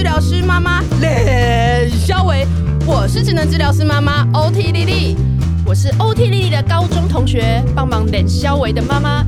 疗师妈妈冷肖维，我是职能治疗师妈妈 OT 丽丽，我是 OT 丽丽的高中同学，帮忙冷肖维的妈妈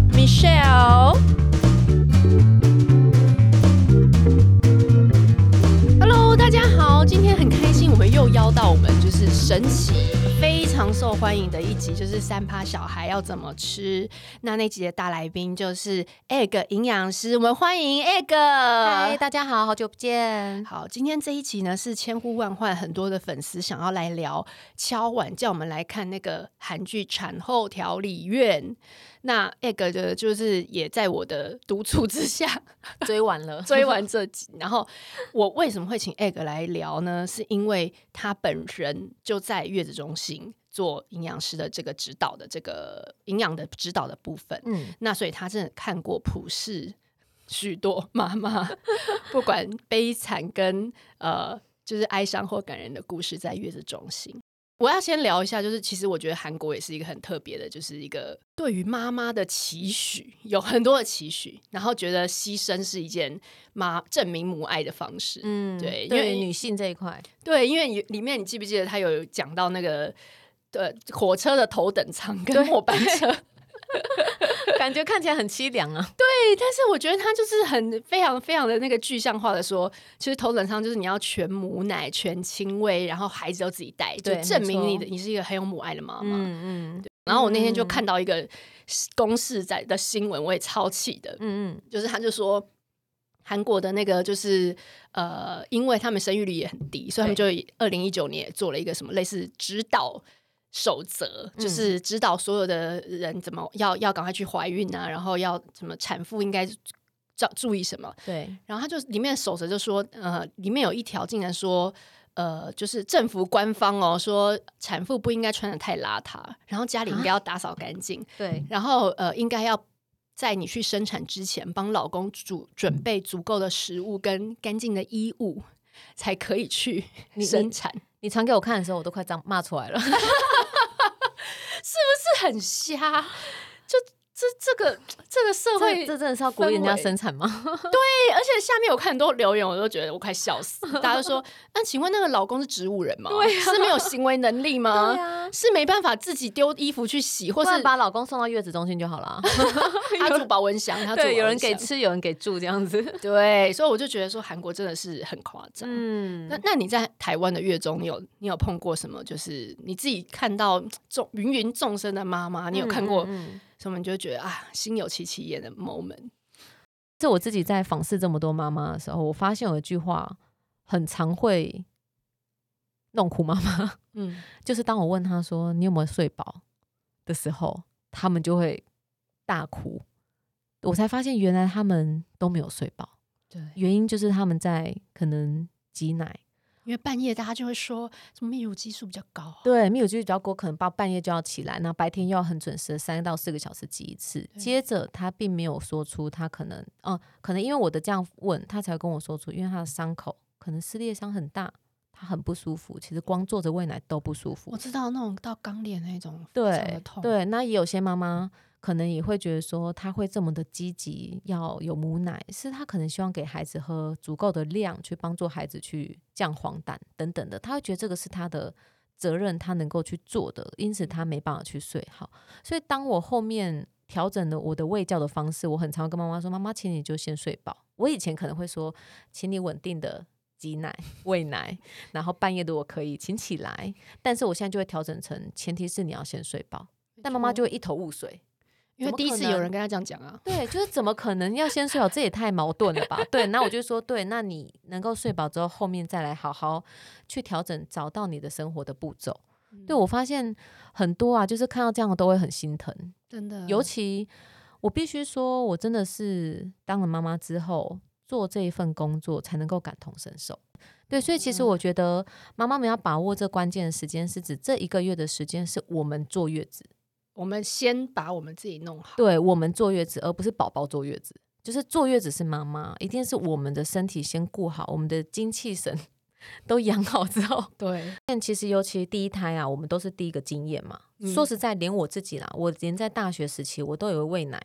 Michelle。Hello， 大家好，今天很开心，我们又邀到我们就是神奇非常受欢迎的一集，就是3%小孩要怎么吃。那集的大来宾就是 Egg 营养师，我们欢迎 Egg。 嗨，大家好，好久不见。 好，今天这一集呢是千呼万唤，很多的粉丝想要来聊，敲碗叫我们来看那个韩剧《产后调理院》。那 Egg 的就是也在我的督促之下追完了， 追完这集。然后我为什么会请 Egg 来聊呢？是因为他本人就在月子中心做营养师的这个指导的这个营养的指导的部分。那所以他真的看过普世许多妈妈不管悲惨跟就是哀伤或感人的故事在月子中心。我要先聊一下，就是其实我觉得韩国也是一个很特别的，就是一个对于妈妈的期许，有很多的期许，然后觉得牺牲是一件证明母爱的方式。对，因为女性这一块， 对，因为里面你记不记得他有讲到那个火车的头等舱跟末班车。 感觉看起来很凄凉啊。 对，但是我觉得他就是非常非常的那个具象化的说，其实头等舱就是你要全母奶、全亲喂，然后孩子都自己带，就证明你是一个很有母爱的妈妈。然后我那天就看到一个公视的新闻，我也超气的。就是他就说韩国的那个就是因为他们生育率也很低，所以他们就2019年也做了一个什么类似指导守则，就是指导所有的人怎么要赶快去怀孕啊，然后要什么产妇应该注意什么。对，然后他就里面守则就说里面有一条竟然说就是政府官方说产妇不应该穿得太邋遢，然后家里应该要打扫干净。对，然后应该要在你去生产之前帮老公准备足够的食物跟干净的衣物，才可以去生产。 你传给我看的时候我都快骂出来了。 是不是很瞎？就这个社会， 这真的是要鼓励人家生产吗？ 对，而且下面我看很多留言，我都觉得我快笑死。大家都说，那请问那个老公是植物人吗？对啊，是没有行为能力吗？对啊，是没办法自己丢衣服去洗，或是把老公送到月子中心就好了。 他住保温箱， 对，有人给吃，有人给住，这样子。 对，所以我就觉得说韩国真的是很夸张。那你在台湾的月中，你有碰过什么？就是你自己看到芸芸众生的妈妈，你有看过什么？你就觉得心有戚戚焉的 moment。 这我自己在访视这么多妈妈的时候，我发现有一句话很常会弄哭妈妈。就是当我问她说你有没有睡饱的时候，他们就会大哭。我才发现原来他们都没有睡饱。对，原因就是他们在可能挤奶， 因为半夜大家就会说什么泌乳激素比较高。 对，泌乳激素比较高，可能半夜就要起来，那白天又要很准时的3到4个小时挤一次。接着他并没有说出他可能因为我的这样问他才会跟我说出，因为他的伤口可能撕裂伤很大，他很不舒服，其实光坐着喂奶都不舒服。 我知道那种到肛裂那种对痛。 对，那也有些妈妈可能也会觉得说他会这么的积极要有母奶，是他可能希望给孩子喝足够的量去帮助孩子去降黄疸等等的，他会觉得这个是他的责任，他能够去做的，因此他没办法去睡好。所以当我后面调整了我的喂教的方式，我很常跟妈妈说，妈妈请你就先睡饱。我以前可能会说请你稳定的挤奶喂奶，然后半夜如果可以请起来，但是我现在就会调整成前提是你要先睡饱。但妈妈就会一头雾水， 因为第一次有人跟他这样讲啊。 对，就是怎么可能要先睡饱，这也太矛盾了吧。对，那我就说对，那你能够睡饱之后，后面再来好好去调整，找到你的生活的步骤。对，我发现很多就是看到这样都会很心疼，真的。尤其我必须说，我真的是当了妈妈之后做这一份工作才能够感同身受。对，所以其实我觉得妈妈们要把握这关键的时间，是指这1个月的时间是我们坐月子， 我们先把我们自己弄好。 对，我们坐月子，而不是宝宝坐月子。就是坐月子是妈妈，一定是我们的身体先顾好，我们的精气神都养好之后。对，但其实尤其第一胎我们都是第一个经验嘛。说实在，连我自己啦，我连在大学时期我都有喂奶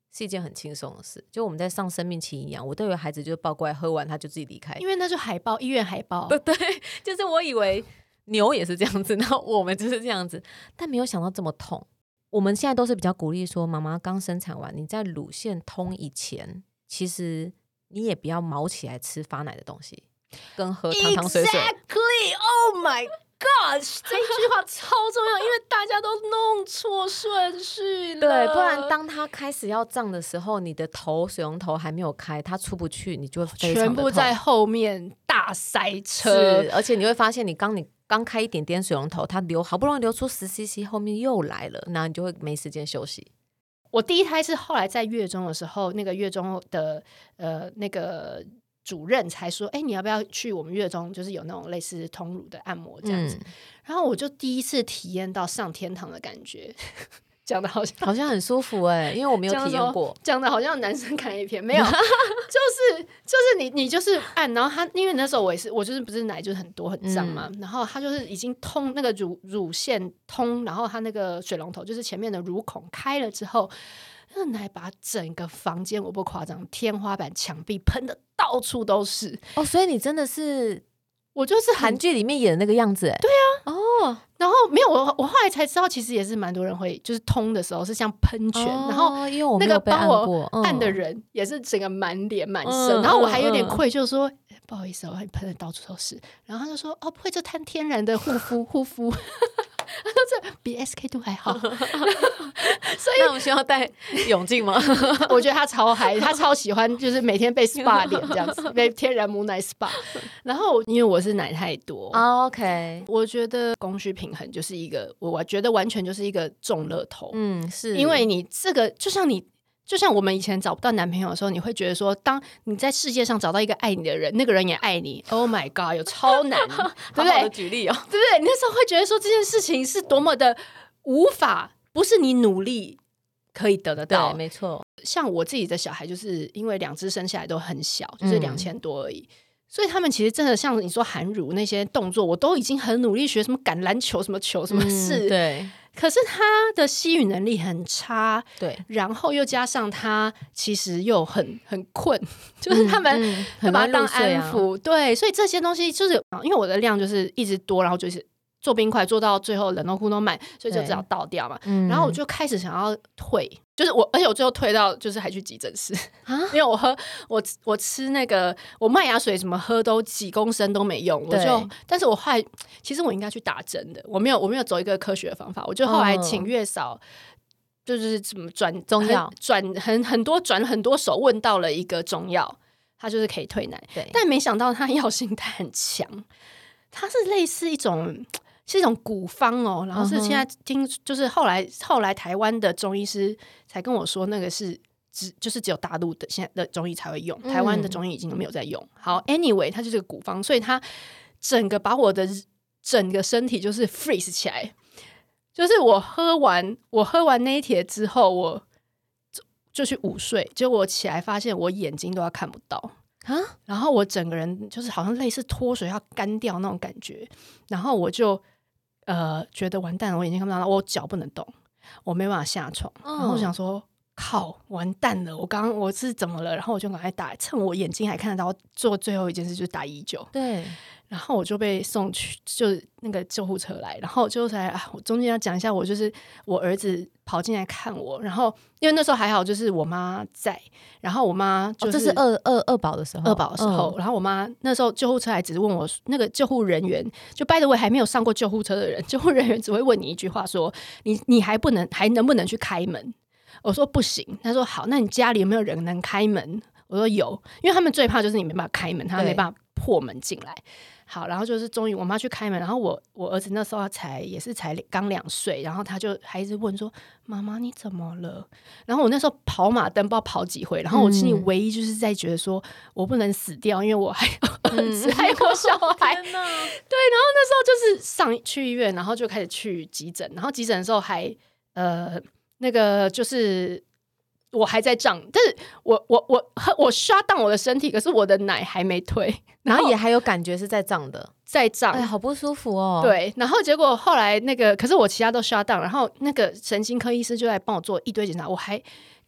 是一件很轻松的事。就我们在上生命期营养，我都以为孩子就抱过来喝完他就自己离开， 因为那就海豹，医院海豹。 对，就是我以为牛也是这样子，然后我们就是这样子，但没有想到这么痛。我们现在都是比较鼓励说，妈妈刚生产完，你在乳腺通以前，其实你也不要毛起来吃发奶的东西，跟喝汤汤水水。 Exactly. Oh my gosh， 这句话超重要，因为大家都弄错顺序了。 对，不然当它开始要胀的时候，你的水龙头还没有开，它出不去，你就会非常的痛， 全部在后面大塞车。 是，而且你会发现你刚开一点点水龙头，它好不容易流出10cc， 后面又来了，然后你就会没时间休息。 我第一胎是后来在月中的时候，那个月中的那个主任才说，你要不要去我们月中，就是有那种类似通乳的按摩这样子。然后我就第一次体验到上天堂的感觉。讲的好像很舒服因为我没有体验过， 讲的好像男生看一片没有，就是你就是按，然后他因为那时候我就是不是奶就是很多很胀嘛，然后他就是已经通那个乳腺通，然后他那个水龙头就是前面的乳孔开了之后，那奶把整个房间，我不夸张，天花板墙壁喷的到处都是所以你真的是我就是韩剧里面演的那个样子对啊然后没有我后来才知道，其实也是蛮多人会就是通的时候是像喷泉，然后因为我没有被按过， 那个帮我按的人也是整个满脸满身，然后我还有点愧疚说不好意思你喷的到处都是，然后他就说不会，这摊天然的护肤他说这比 SK2 还好。所以那我们需要戴泳镜吗？ 我觉得他超嗨，他超喜欢就是每天被 SPA 脸这样子，被天然母奶 SPA。 然后因为我是奶太多 OK， 我觉得供需平衡就是一个，我觉得完全就是一个中乐透。 是因为你这个就像我们以前找不到男朋友的时候，你会觉得说当你在世界上找到一个爱你的人，那个人也爱你， Oh my god， 有超难对不对？ 好好的举例对不对？你那时候会觉得说这件事情是多么的无法，不是你努力可以得得到。 对，没错。 像我自己的小孩就是因为2只生下来都很小，就是2000多而已，所以他们其实真的像你说含乳那些动作，我都已经很努力学什么橄榄球什么球什么事， 对。 可是他的吸吮能力很差， 对， 然后又加上他其实又很困，就是他们会把它当安抚，对，所以这些东西就是因为我的量就是一直多，然后就是做冰块做到最后冷冻库都满，所以就只好倒掉嘛。然后我就开始想要退，就是而且我最后退到就是还去急诊室因为我吃那个我麦芽水什么喝都几公升都没用，但是我后来其实我应该去打针的，我没有走一个科学的方法，我就后来请月嫂就是怎么转中药，转很多手问到了一个中药，它就是可以退奶，但没想到它药性很强，它是类似是一种古方然后是现在就是后来台湾的中医师才跟我说，那个是就是只有大陆的现在的中医才会用，台湾的中医已经没有在用。好 anyway 它就是个古方，所以它整个把我的整个身体就是 freeze 起来，就是我喝完那一帖之后，我就去午睡，结果我起来发现我眼睛都要看不到然后我整个人就是好像类似脱水要干掉那种感觉，然后我就觉得完蛋了，我眼睛看不到，我脚不能动，我没办法下床，然后我想说靠完蛋了，我是怎么了，然后我就赶快趁我眼睛还看得到，做最后一件事就是打119， 对， 然后我就被送去就是那个救护车来，然后救护车来我中间要讲一下，我就是我儿子跑进来看我，然后因为那时候还好就是我妈在，然后我妈就是、 这是二宝的时候， 然后我妈那时候救护车来只是问我，那个救护人员就 by the way 还没有上过救护车的人，救护人员只会问你一句话说你还能不能去开门，我说不行，他说好，那你家里有没有人能开门，我说有，因为他们最怕就是你没办法开门，他没办法破门进来。好，然后就是终于我妈去开门，然后我儿子那时候也是才刚2岁，然后他就还一直问说妈妈你怎么了，然后我那时候跑马灯不知道跑几回，然后我心里唯一就是在觉得说我不能死掉，因为我还有儿子还有小孩对，然后那时候就是去医院，然后就开始去急诊，然后急诊的时候还那个就是我还在胀，但是我刷荡我的身体，可是我的奶还没退， 然后也还有感觉是在胀的， 在胀， 好不舒服哦。 对，然后结果后来可是我其他都刷荡，然后那个神经科医师就来帮我做一堆检查，我还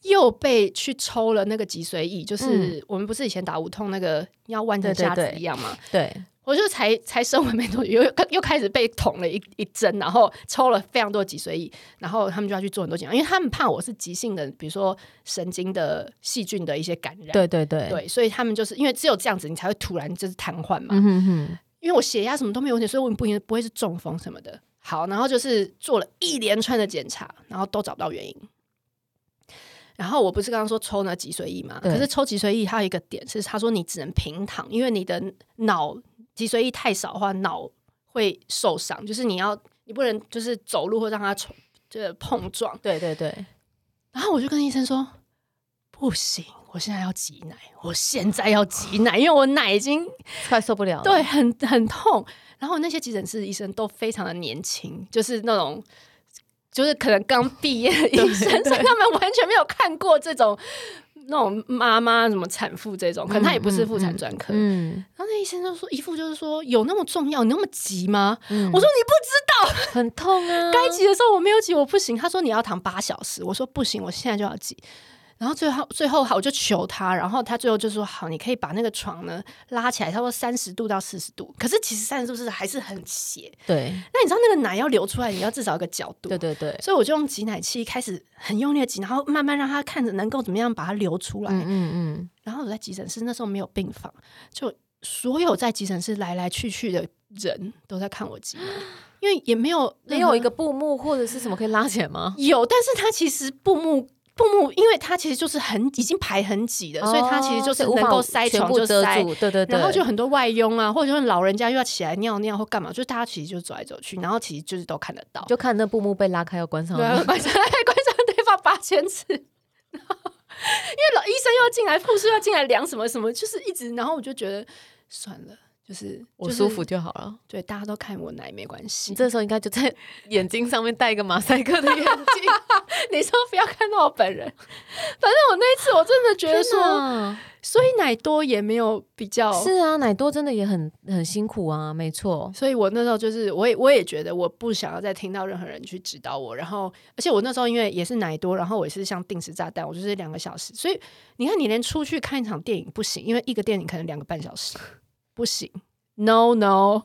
又被去抽了那个脊髓液，就是我们不是以前打无痛那个要弯成虾子一样吗？ 对， 我就才生完没多久，又开始被捅了一针，然后抽了非常多的脊髓液，然后他们就要去做很多检查，因为他们怕我是急性的，比如说神经的细菌的一些感染。对，所以他们就是因为只有这样子，你才会突然就是瘫痪嘛。因为我血压什么都没有问题，所以我不会是中风什么的。好，然后就是做了一连串的检查，然后都找不到原因。然后我不是刚刚说抽那脊髓液嘛？可是抽脊髓液它有一个点是，他说你只能平躺，因为你的脑脊髓液太少的话，脑会受伤，就是你不能就是走路或让它就是碰撞。 对。 然后我就跟医生说，不行，我现在要挤奶，我现在要挤奶，因为我奶已经快受不了了。 对，很痛。然后那些急诊室的医生都非常的年轻，就是那种。就是可能刚毕业的医生，所以他们完全没有看过这种那种妈妈什么产妇这种，可能他也不是妇产专科。然后那医生就说一副就是说有那么重要，你那么急吗？我说你不知道， 很痛啊！ 该挤的时候我没有挤，我不行。他说你要躺8小时，我说不行，我现在就要挤。然后最后好，我就求他，然后他最后就说好，你可以把那个床呢拉起来，差不多30度到40度。可是其实30度是还是很斜。 对， 那你知道那个奶要流出来，你要至少有个角度。 对。 所以我就用挤奶器开始很用力的挤，然后慢慢让他看着能够怎么样把它流出来。然后我在急诊室那时候没有病房，就所有在急诊室来来去去的人都在看我挤奶。因为也没有一个布幕或者是什么可以拉起来吗？ 有，但是它其实布幕，因为它其实就是已经排很挤的，所以它其实就是能够塞床就塞， 对， 然后就很多外佣啊，或者说老人家又要起来尿尿或干嘛，就是大家其实就走来走去，然后其实就是都看得到， 就看那布幕被拉开要关上， 对，关上对方8000次，因为医生又要进来，护士又要进来量什么什么，就是一直，然后我就觉得算了。就是我舒服就好了。 对，大家都看我奶没关系。 你这时候应该就在眼睛上面戴一个马赛克的眼镜。 你说不要看到我本人。反正我那一次我真的觉得说，所以奶多也没有比较。 是啊，奶多真的也很辛苦啊，没错。 所以我那时候就是我也觉得我不想要再听到任何人去指导我。然后，而且我那时候因为也是奶多，然后我也是像定时炸弹，我就是2个小时。所以你看，你连出去看一场电影不行，因为一个电影可能2个半小时。不行 ，no， 所以我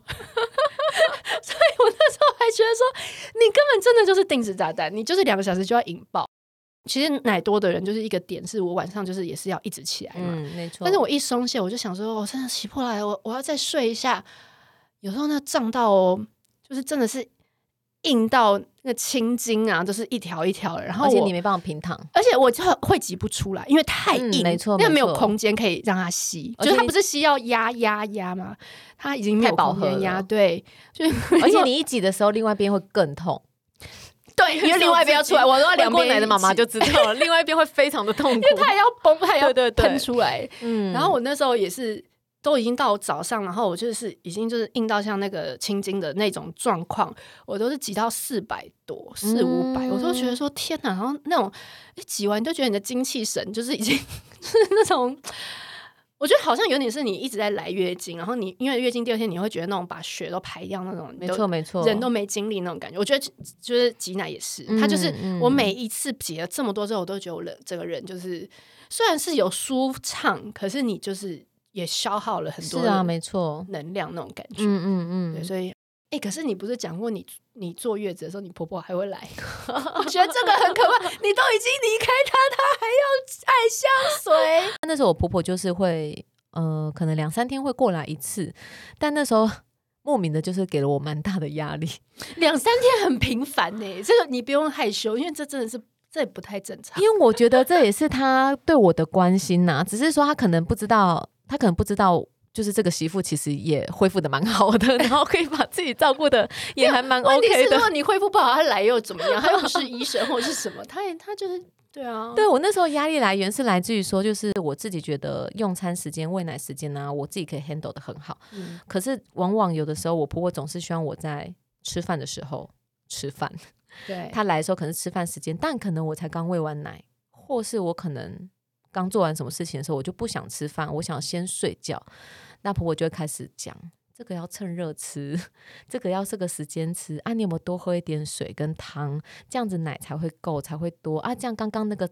那时候还觉得说，你根本真的就是定时炸弹，你就是2个小时就要引爆。其实奶多的人就是一个点，是我晚上就是也是要一直起来嘛， 没错。 但是我一松懈，我就想说，我真的起不来，我要再睡一下。有时候那胀到就是真的是硬到那个青筋啊，就是一条一条的，然后而且你没办法平躺， 而且我就会挤不出来，因为太硬， 没错， 那没有空间可以让它吸，就是它不是吸要压吗？它已经没有空间压，对， 而且你一挤的时候，另外一边会更痛， 对，因为另外一边要出来，我都要2边奶的妈妈就知道了，另外一边会非常的痛苦，因为它也要崩，它也要对喷出来，然后我那时候也是。都已经到早上，然后我就是已经就是硬到像那个青筋的那种状况，我都是挤到400多、400-500，我都觉得说天哪！然后那种挤完，你都觉得你的精气神就是已经就是那种，我觉得好像有点是你一直在来月经，然后你因为月经第2天你会觉得那种把血都排掉那种， 没错， 人都没精力那种感觉。我觉得就是挤奶也是，它就是我每一次挤了这么多之后，我都觉得我这个人就是虽然是有舒畅，可是你就是也消耗了很多是啊，没错， 能量那种感觉。对，所以可是你不是讲过你坐月子的时候，你婆婆还会来？我觉得这个很可怕。你都已经离开她，她还要爱香水。 那时候我婆婆就是会可能2-3天会过来一次，但那时候莫名的就是给了我蛮大的压力。 2-3天很频繁呢，这个你不用害羞，因为这真的是。这也不太正常， 因为我觉得这也是他对我的关心呐，只是说他可能不知道，就是这个媳妇其实也恢复的蛮好的，然后可以把自己照顾的也还蛮 OK 的。 问题是如果你恢复不好，他来又怎么样？他又不是医生或是什么，他就是对啊。 对，我那时候压力来源是来自于说，就是我自己觉得用餐时间、喂奶时间啊，我自己可以 handle 的很好。可是往往有的时候，我婆婆总是希望我在吃饭的时候吃饭。 对， 他来的时候可能是吃饭时间，但可能我才刚喂完奶，或是我可能刚做完什么事情的时候，我就不想吃饭，我想先睡觉。那婆婆就会开始讲，这个要趁热吃，这个要这个时间吃啊，你有没有多喝一点水跟汤，这样子奶才会够，才会多啊，这样刚刚那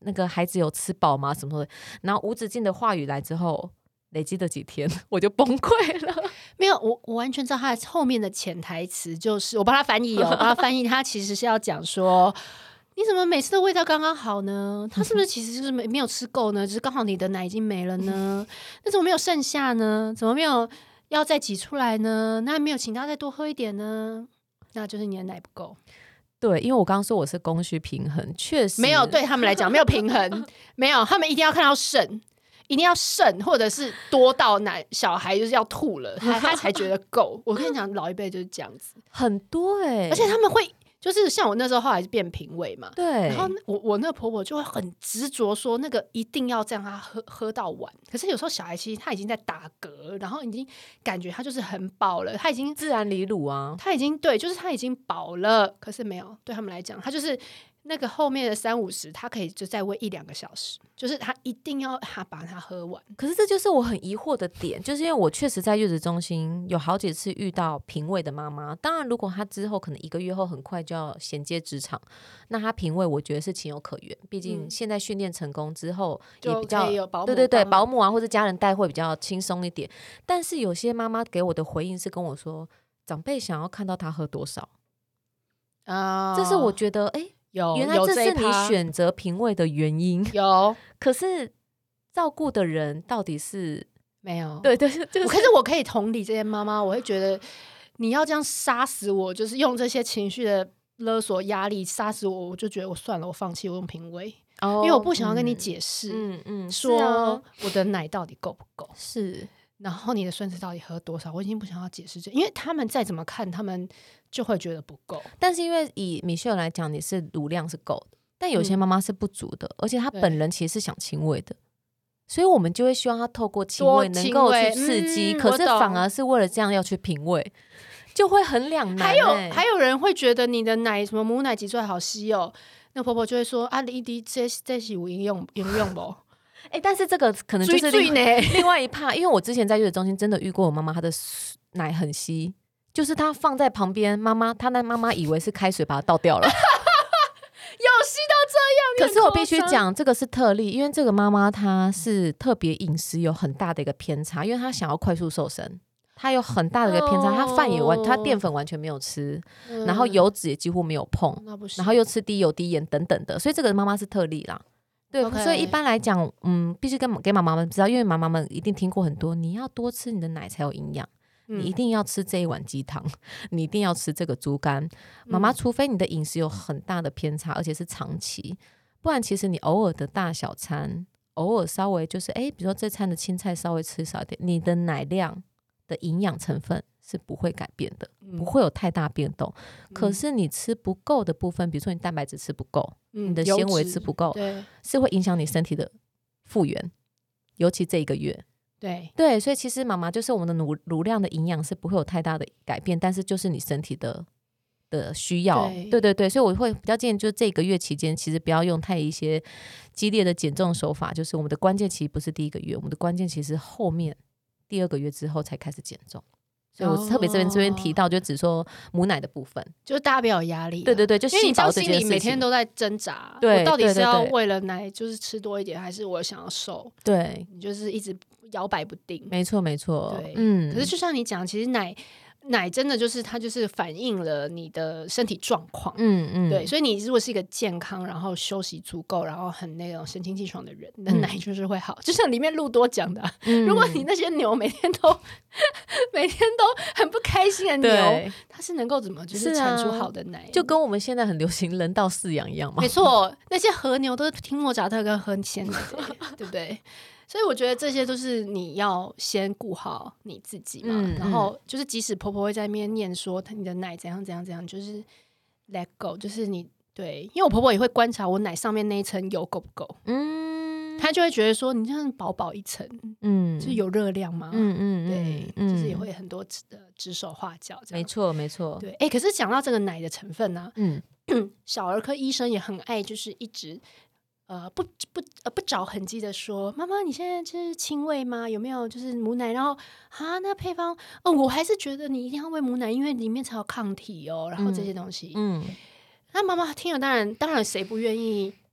那个孩子有吃饱吗什么的，然后无止境的话语来之后，累积的几天我就崩溃了。 没有，我完全知道他后面的潜台词，就是我帮他翻译哦，帮他翻译，他其实是要讲说，你怎么每次的味道刚刚好呢？他是不是其实就是没有吃够呢？就是刚好你的奶已经没了呢？那怎么没有剩下呢？怎么没有要再挤出来呢？那没有请他再多喝一点呢？那就是你的奶不够。 对，因为我刚刚说我是供需平衡，确实没有，对他们来讲没有平衡，没有，他们一定要看到剩。一定要剩，或者是多到小孩就是要吐了，他才觉得够。我跟你讲，老一辈就是这样子， 很多而且他们会就是像我那时候后来是变评委嘛， 对， 然后我那个婆婆就会很执着说那个一定要这样他喝到完。可是有时候小孩其实他已经在打嗝，然后已经感觉他就是很饱了，他已经自然离乳啊， 他已经对，就是他已经饱了，可是没有，对他们来讲，他就是那个后面的30-50，他可以就再喂1-2个小时，就是他一定要他把它喝完。 可是这就是我很疑惑的点，就是因为我确实在月子中心有好几次遇到瓶喂的妈妈。当然，如果她之后可能1个月后很快就要衔接职场，那她瓶喂我觉得是情有可原。毕竟现在训练成功之后，也比较对保姆啊或者家人带会比较轻松一点。但是有些妈妈给我的回应是跟我说，长辈想要看到她喝多少啊，这是我觉得原来这是你选择瓶喂的原因。 有， 可是照顾的人到底是没有？ 对对， 可是我可以同理这些妈妈，我会觉得你要这样杀死我，就是用这些情绪的勒索压力杀死我，我就觉得我算了，我放弃，我用瓶喂，因为我不想要跟你解释，说我的奶到底够不够， 是。 然后你的孙子到底喝多少，我已经不想要解释这，因为他们再怎么看，他们就会觉得不够。 但是因为以Michelle来讲，你是乳量是够的，但有些妈妈是不足的，而且她本人其实是想亲喂的，所以我们就会希望她透过亲喂能够去刺激，可是反而是为了这样要去品味，就会很两难。 还有人会觉得你的奶什么母奶挤出来好稀哦，那婆婆就会说啊，你这是有营养不？ 但是这个可能就是另外一趴，因为我之前在月子中心真的遇过我妈妈，她的奶很稀，就是她放在旁边，她那妈妈以为是开水把它倒掉了，有稀到这样。 可是我必须讲，这个是特例，因为这个妈妈她是特别饮食有很大的一个偏差，因为她想要快速瘦身，她有很大的一个偏差，她饭也她淀粉完全没有吃，然后油脂也几乎没有碰，然后又吃低油低盐等等的，所以这个妈妈是特例啦。对，所以一般来讲，必须给妈妈们知道，因为妈妈们一定听过很多，你要多吃你的奶才有营养，你一定要吃这一碗鸡汤，你一定要吃这个猪肝。妈妈，除非你的饮食有很大的偏差，而且是长期，不然其实你偶尔的大小餐，偶尔稍微就是比如说这餐的青菜稍微吃少一点，你的奶量的营养成分是不会改变的，不会有太大变动。可是你吃不够的部分，比如说你蛋白质吃不够，你的纤维吃不够，是会影响你身体的复原，尤其这一个月。对，所以其实妈妈就是我们的乳量的营养是不会有太大的改变，但是就是你身体的需要。对，所以我会比较建议，就是这个月期间其实不要用太一些激烈的减重手法，就是我们的关键其实不是第1个月，我们的关键其实后面第2个月之后才开始减重。所以我特别这边提到，就只说母奶的部分， 就是大家不要有压力。 对，就因为你知道心里每天都在挣扎，我到底是要为了奶就是吃多一点，还是我想要瘦？ 对， 你就是一直摇摆不定。 没错。对， 可是就像你讲，其实奶真的就是它就是反映了你的身体状况，对，所以你如果是一个健康，然后休息足够，然后很那种神清气爽的人，你的奶就是会好。就像里面路多讲的，如果你那些牛每天都很不开心的牛，它是能够怎么就是产出好的奶？ 就跟我们现在很流行人道饲养一样嘛。 没错，那些和牛都是听莫扎特跟喝鲜奶的，对不对？所以我觉得这些都是你要先顾好你自己嘛，然后就是即使婆婆会在那边念说你的奶怎样怎样怎样，就是 let go， 就是你对，因为我婆婆也会观察我奶上面那一层油够不够，她就会觉得说你这样薄薄一层，就是有热量吗？对，就是也会很多指手画脚这样， 没错， 对，可是讲到这个奶的成分呢，小儿科医生也很爱就是一直。不着痕迹的说，妈妈，你现在是亲喂吗？有没有就是母奶？然后那配方我还是觉得你一定要喂母奶，因为里面才有抗体哦。然后这些东西，那妈妈听了当然谁不愿意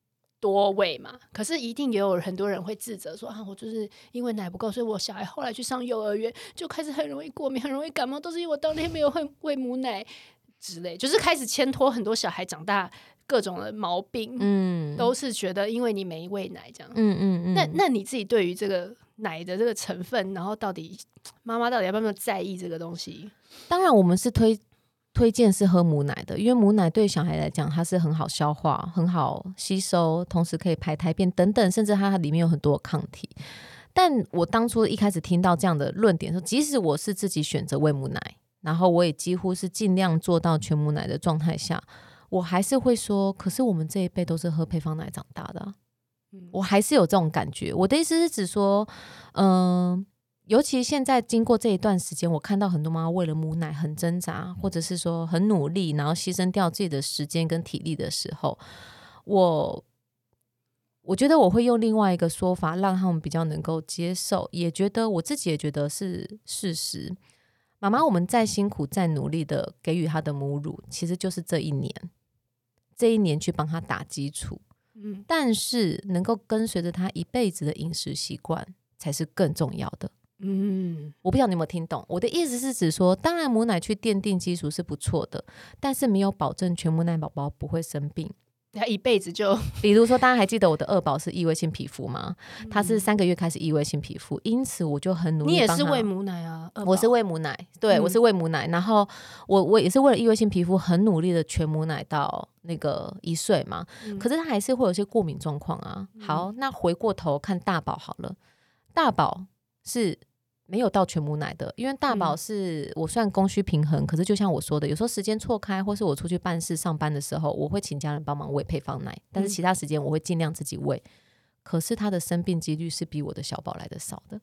多喂嘛，可是一定也有很多人会自责说我就是因为奶不够，所以我小孩后来去上幼儿园就开始很容易过敏，很容易感冒，都是因为我当天没有会喂母奶之类，就是开始牵拖很多小孩长大各种的毛病，都是觉得因为你没喂奶这样。那你自己对于这个奶的这个成分，然后到底妈妈到底要不要在意这个东西？ 当然我们是推荐是喝母奶的，因为母奶对小孩来讲它是很好消化很好吸收，同时可以排胎便等等，甚至它里面有很多抗体。但我当初一开始听到这样的论点说，即使我是自己选择喂母奶，然后我也几乎是尽量做到全母奶的状态下，我还是会说可是我们这一辈都是喝配方奶长大的我还是有这种感觉。我的意思是指说尤其现在经过这一段时间，我看到很多妈妈为了母奶很挣扎，或者是说很努力，然后牺牲掉自己的时间跟体力的时候，我觉得我会用另外一个说法让他们比较能够接受，也觉得我自己也觉得是事实。妈妈我们再辛苦再努力的给予她的母乳，其实就是这一年去帮她打基础，但是能够跟随着她一辈子的饮食习惯才是更重要的。我不知道你有没有听懂我的意思，是指说当然母奶去奠定基础是不错的，但是没有保证全母奶宝宝不会生病， 他一辈子就比如说大家还记得我的二宝是异位性皮肤吗？他是3个月开始异位性皮肤，因此我就很努力。 你也是喂母奶啊？ 我是喂母奶，对，我是喂母奶，然后我也是为了异位性皮肤很努力的全母奶到那个1岁嘛，可是他还是会有些过敏状况啊。好，那回过头看大宝好了，大宝是没有到全母奶的，因为大宝是我算供需平衡，可是就像我说的，有时候时间错开，或是我出去办事上班的时候，我会请家人帮忙喂配方奶，但是其他时间我会尽量自己喂，可是他的生病几率是比我的小宝来的少的。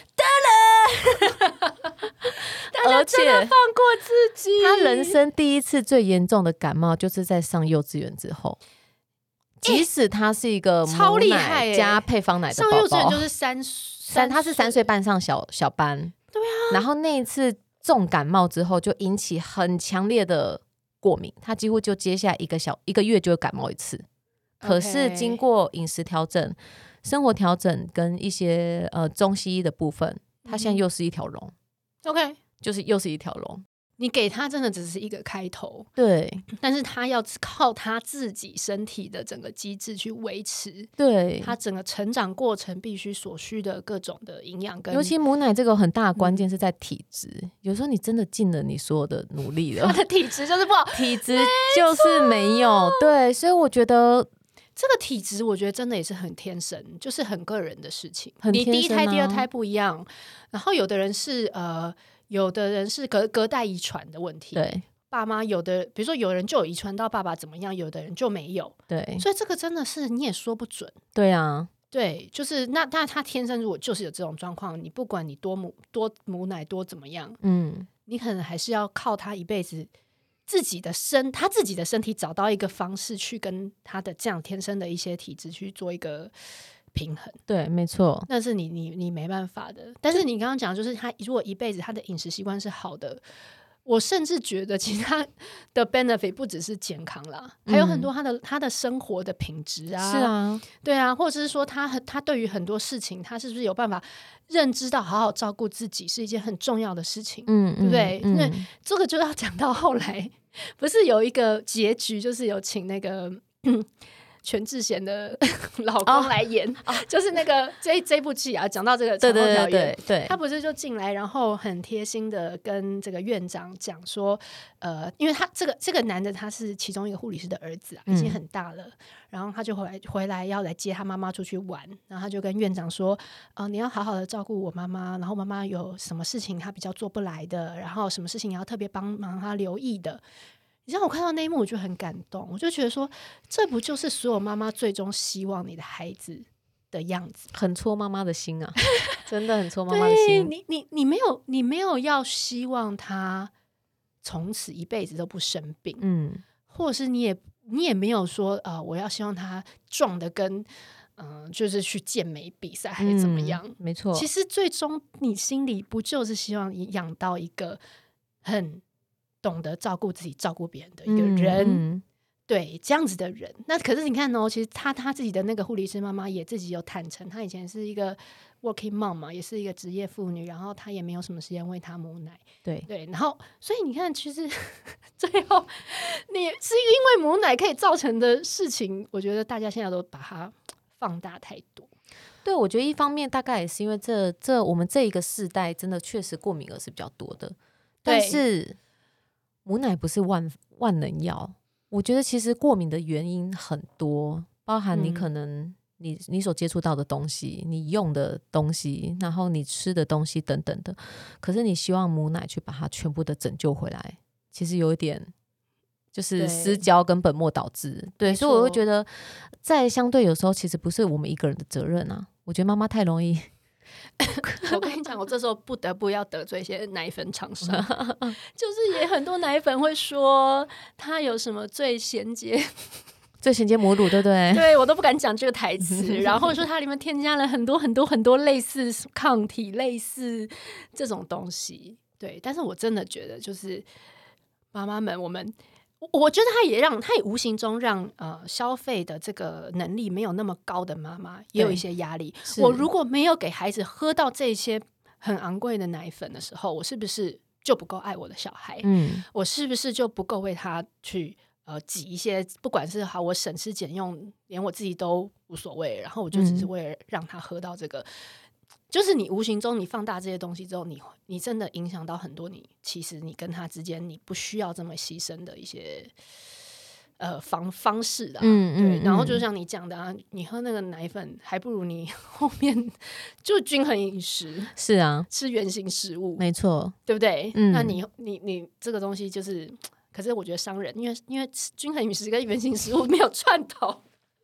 大家真的放过自己。 他人生第一次最严重的感冒就是在上幼稚园之后，即使他是一个母奶加配方奶的宝宝， 上幼稚园就是他是3岁半上小班， 对啊。 然后那一次重感冒之后，就引起很强烈的过敏，他几乎就接下来一个月就会感冒一次。可是经过饮食调整、生活调整跟一些中西医的部分，他现在又是一条龙。 OK， 就是又是一条龙。 你给他真的只是一个开头， 对， 但是他要靠他自己身体的整个机制去维持， 对， 他整个成长过程必须所需的各种的营养跟， 尤其母奶这个很大的关键是在体质，有时候你真的尽了你所有的努力了， 他的体质就是不好， 体质就是没有，对，所以我觉得这个体质我觉得真的也是很天生，就是很个人的事情， 很天生啊， 你第一胎第二胎不一样，然后有的人是隔代遗传的问题， 对， 爸妈有的比如说有人就有遗传到爸爸怎么样，有的人就没有， 对， 所以这个真的是你也说不准。 对啊， 对，就是那他天生如果就是有这种状况，你不管你多母奶多怎么样，你可能还是要靠他一辈子他自己的身体找到一个方式去跟他的这样天生的一些体质去做一个平衡。 对，没错， 那是你没办法的。但是你刚刚讲就是他如果一辈子他的饮食习惯是好的，我甚至觉得其他的 benefit 不只是健康啦，还有很多他的生活的品质啊， 是啊， 对啊，或者是说他对于很多事情他是不是有办法认知到好好照顾自己是一件很重要的事情，对不对？因为这个就要讲到后来不是有一个结局，就是有请那个全智贤的老公来演，就是那个这部戏啊，讲到这个产后调养，对，他不是就进来，然后很贴心的跟这个院长讲说，因为他这个男的他是其中一个护理师的儿子啊，已经很大了，然后他就回来要来接他妈妈出去玩，然后他就跟院长说，你要好好的照顾我妈妈，然后妈妈有什么事情他比较做不来的，然后什么事情你要特别帮忙他留意的。你让我看到那一幕我就很感动，我就觉得说这不就是所有妈妈最终希望你的孩子的样子， 很戳妈妈的心啊真的很戳妈妈的心。 你没有要希望他从此一辈子都不生病，或者是你也没有说我要希望他壮的跟就是去健美比赛还是怎么样， 没错， 其实最终你心里不就是希望你养到一个很懂得照顾自己照顾别人的一个人， 对，这样子的人。那可是你看其实他自己的那个护理师妈妈也自己有坦诚，他以前是一个 working mom 嘛，也是一个职业妇女，然后他也没有什么时间喂他母奶。对，然后所以你看其实最后你是因为母奶可以造成的事情，我觉得大家现在都把它放大太多。 对，我觉得一方面大概也是因为这我们这一个世代真的确实过敏儿是比较多的，但是母奶不是万能药。我觉得其实过敏的原因很多，包含你可能你所接触到的东西，你用的东西，然后你吃的东西等等的，可是你希望母奶去把它全部的拯救回来，其实有一点就是失焦跟本末倒置。对，所以我会觉得在相对有时候其实不是我们一个人的责任啊，我觉得妈妈太容易我跟你讲，我这时候不得不要得罪一些奶粉厂商就是也很多奶粉会说它有什么最衔接母乳，对不对？ 对，我都不敢讲这个台词然后说它里面添加了很多很多很多类似抗体类似这种东西。对，但是我真的觉得就是妈妈们，我觉得它也无形中让消费的这个能力没有那么高的妈妈也有一些压力。我如果没有给孩子喝到这些很昂贵的奶粉的时候，我是不是就不够爱我的小孩？我是不是就不够为他去挤一些，不管是好我省吃俭用，连我自己都无所谓，然后我就只是为了让他喝到这个。就是你无形中你放大这些东西之后，你真的影响到很多其实你跟他之间你不需要这么牺牲的一些方式的对。然后就像你讲的啊，你喝那个奶粉还不如你后面就均衡饮食。 是啊， 吃原型食物， 没错， 对不对？那你这个东西就是，可是我觉得商人因为吃均衡饮食跟原型食物没有串头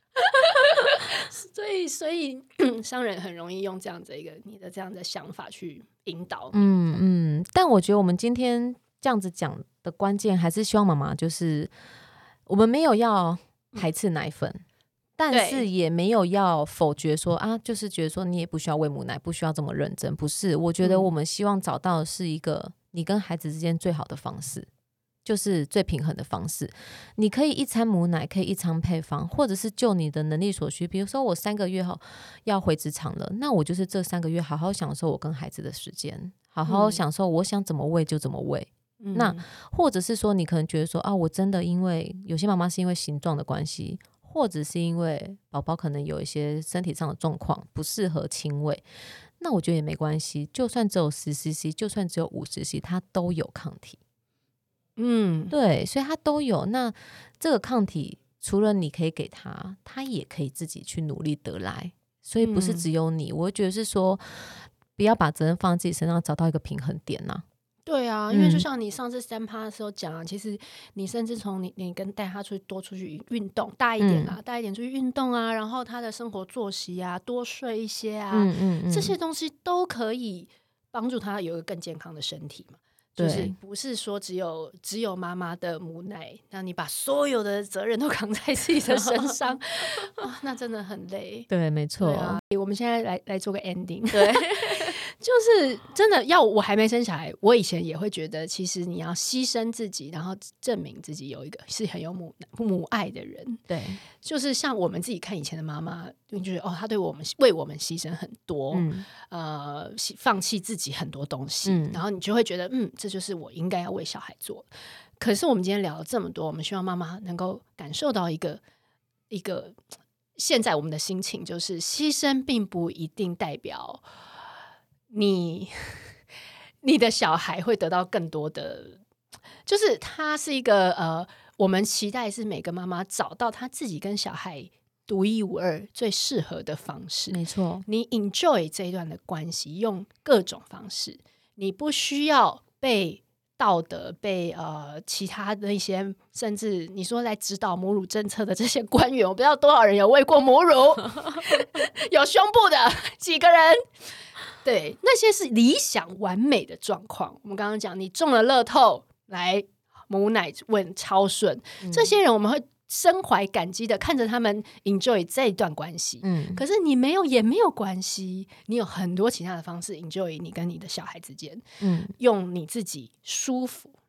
所以商人很容易用这样子你的这样的想法去引导你。 但我觉得我们今天这样子讲的关键还是希望妈妈就是我们没有要排斥奶粉，但是也没有要否决说就是觉得说你也不需要喂母奶，不需要这么认真，不是。我觉得我们希望找到的是一个你跟孩子之间最好的方式，就是最平衡的方式。你可以一餐母奶，可以一餐配方，或者是就你的能力所需。比如说我3个月后要回职场了，那我就是这3个月好好享受我跟孩子的时间，好好享受我想怎么喂就怎么喂。那或者是说你可能觉得说我真的因为有些妈妈是因为形状的关系，或者是因为宝宝可能有一些身体上的状况不适合亲喂，那我觉得也没关系，就算只有10cc， 就算只有50cc， 它都有抗体。对，所以它都有。那这个抗体除了你可以给他，他也可以自己去努力得来，所以不是只有你。我觉得是说不要把责任放在自己身上，找到一个平衡点啊。 对啊，因为就像你上次3趴的时候讲其实你甚至从你跟带他多出去运动大一点大一点出去运动然后他的生活作息多睡一些这些东西都可以帮助他有一个更健康的身体嘛。就是不是说只有妈妈的母奶，让你把所有的责任都扛在自己的身上那真的很累。 对，没错。 我们现在来做个 ending。对就是真的我还没生小孩，我以前也会觉得其实你要牺牲自己，然后证明自己有一个是很有母爱的人。对，就是像我们自己看以前的妈妈，就觉得她为我们牺牲很多，放弃自己很多东西，然后你就会觉得这就是我应该要为小孩做。可是我们今天聊了这么多，我们希望妈妈能够感受到一个现在我们的心情，就是牺牲并不一定代表你的小孩会得到更多的，就是它是一个我们期待是每个妈妈找到她自己跟小孩独一无二最适合的方式。没错，你 enjoy 这一段的关系，用各种方式，你不需要被道德被其他的一些，甚至你说来指导母乳政策的这些官员，我不知道多少人有喂过母乳有胸部的几个人。对，那些是理想完美的状况。我们刚刚讲你中了乐透来母奶问超顺，这些人我们会深怀感激的看着他们 enjoy 这一段关系。可是你没有也没有关系，你有很多其他的方式 enjoy 你跟你的小孩之间，用你自己舒服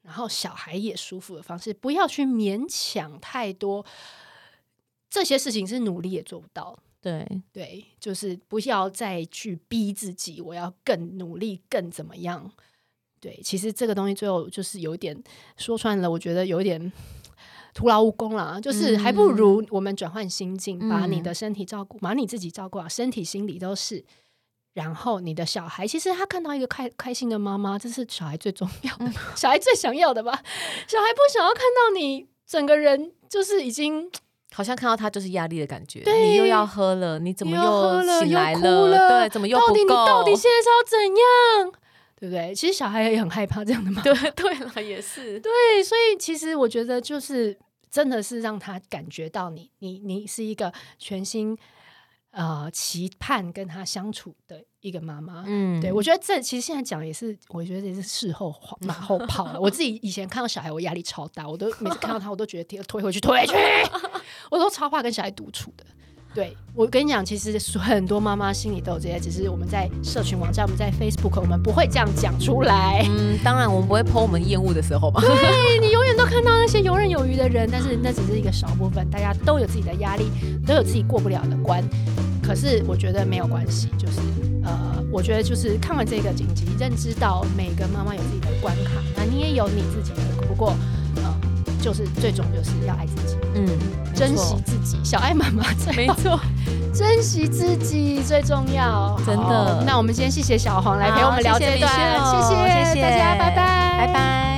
然后小孩也舒服的方式，不要去勉强太多，这些事情是努力也做不到。 对， 就是不要再去逼自己，我要更努力，更怎么样。对，其实这个东西最后就是有点说穿了，我觉得有点徒劳无功啦，就是还不如我们转换心境，把你的身体照顾，把你自己照顾好，身体心理都是。然后你的小孩，其实他看到一个开心的妈妈，这是小孩最重要的，小孩最想要的吧。小孩不想要看到你整个人就是已经好像看到他就是压力的感觉， 对， 你又要喝了，你怎么又醒来又哭了？ 对，怎么又不够？ 你到底现在是要怎样？对不对？其实小孩也很害怕这样的嘛。 对了，也是对，所以其实我觉得就是真的是让他感觉到你是一个全心期盼跟他相处的一个妈妈。对，我觉得这其实现在讲也是，我觉得也是事后马后炮了。我自己以前看到小孩，我压力超大，我都每次看到他，我都觉得推回去，我都超怕跟小孩独处的。对，我跟你讲，其实很多妈妈心里都有这些，只是我们在社群网站，我们在 Facebook， 我们不会这样讲出来。 当然我们不会 po 我们厌恶的时候嘛。 对，你永远都看到那些游刃有余的人，但是那只是一个少部分，大家都有自己的压力，都有自己过不了的关。可是我觉得没有关系，就是我觉得就是看完这个紧急，认知到每个妈妈有自己的关卡，那你也有你自己的。不过就是最终就是要爱自己，珍惜自己，小爱妈妈没错， 珍惜自己最重要， 真的。 那我们今天谢谢小黄来陪我们聊这段，谢谢大家，拜拜， 拜拜。